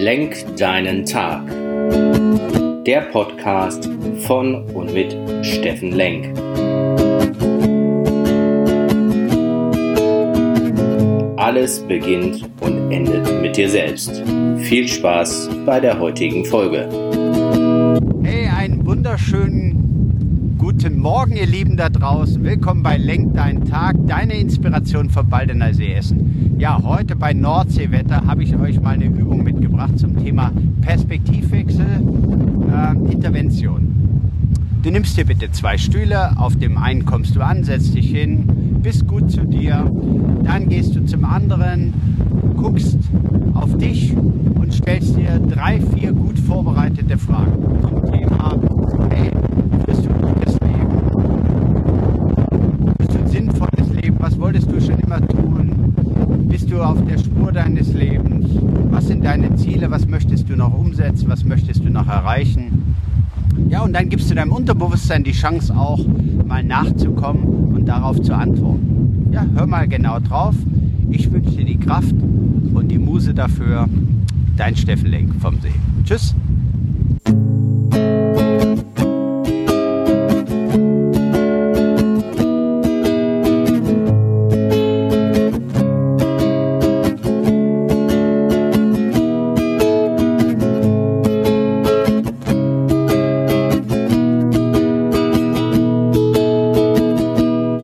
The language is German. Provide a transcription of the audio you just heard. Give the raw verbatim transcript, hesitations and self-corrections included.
Lenk deinen Tag. Der Podcast von und mit Steffen Lenk. Alles beginnt und endet mit dir selbst. Viel Spaß bei der heutigen Folge. Hey, einen wunderschönen guten Morgen, ihr Lieben da draußen. Willkommen bei Lenk deinen Tag, deine Inspiration für Baldener See Essen. Ja, heute bei Nordseewetter habe ich euch mal eine Übung mitgebracht zum Thema Perspektivwechsel, äh, Intervention. Du nimmst dir bitte zwei Stühle, auf dem einen kommst du an, setzt dich hin, bist gut zu dir, dann gehst du zum anderen, guckst auf dich und stellst dir drei, vier gut vorbereitete Fragen zum Thema, hey, führst du ein gutes Leben? Führst du ein sinnvolles Leben? Was wolltest du schon immer tun? Bist du auf der Spur deines Lebens? Was sind deine Ziele? Was möchtest du noch umsetzen? Was möchtest du noch erreichen? Ja, und dann gibst du deinem Unterbewusstsein die Chance auch mal nachzukommen und darauf zu antworten. Ja, hör mal genau drauf. Ich wünsche dir die Kraft und die Muse dafür. Dein Steffen Lenk vom See. Tschüss.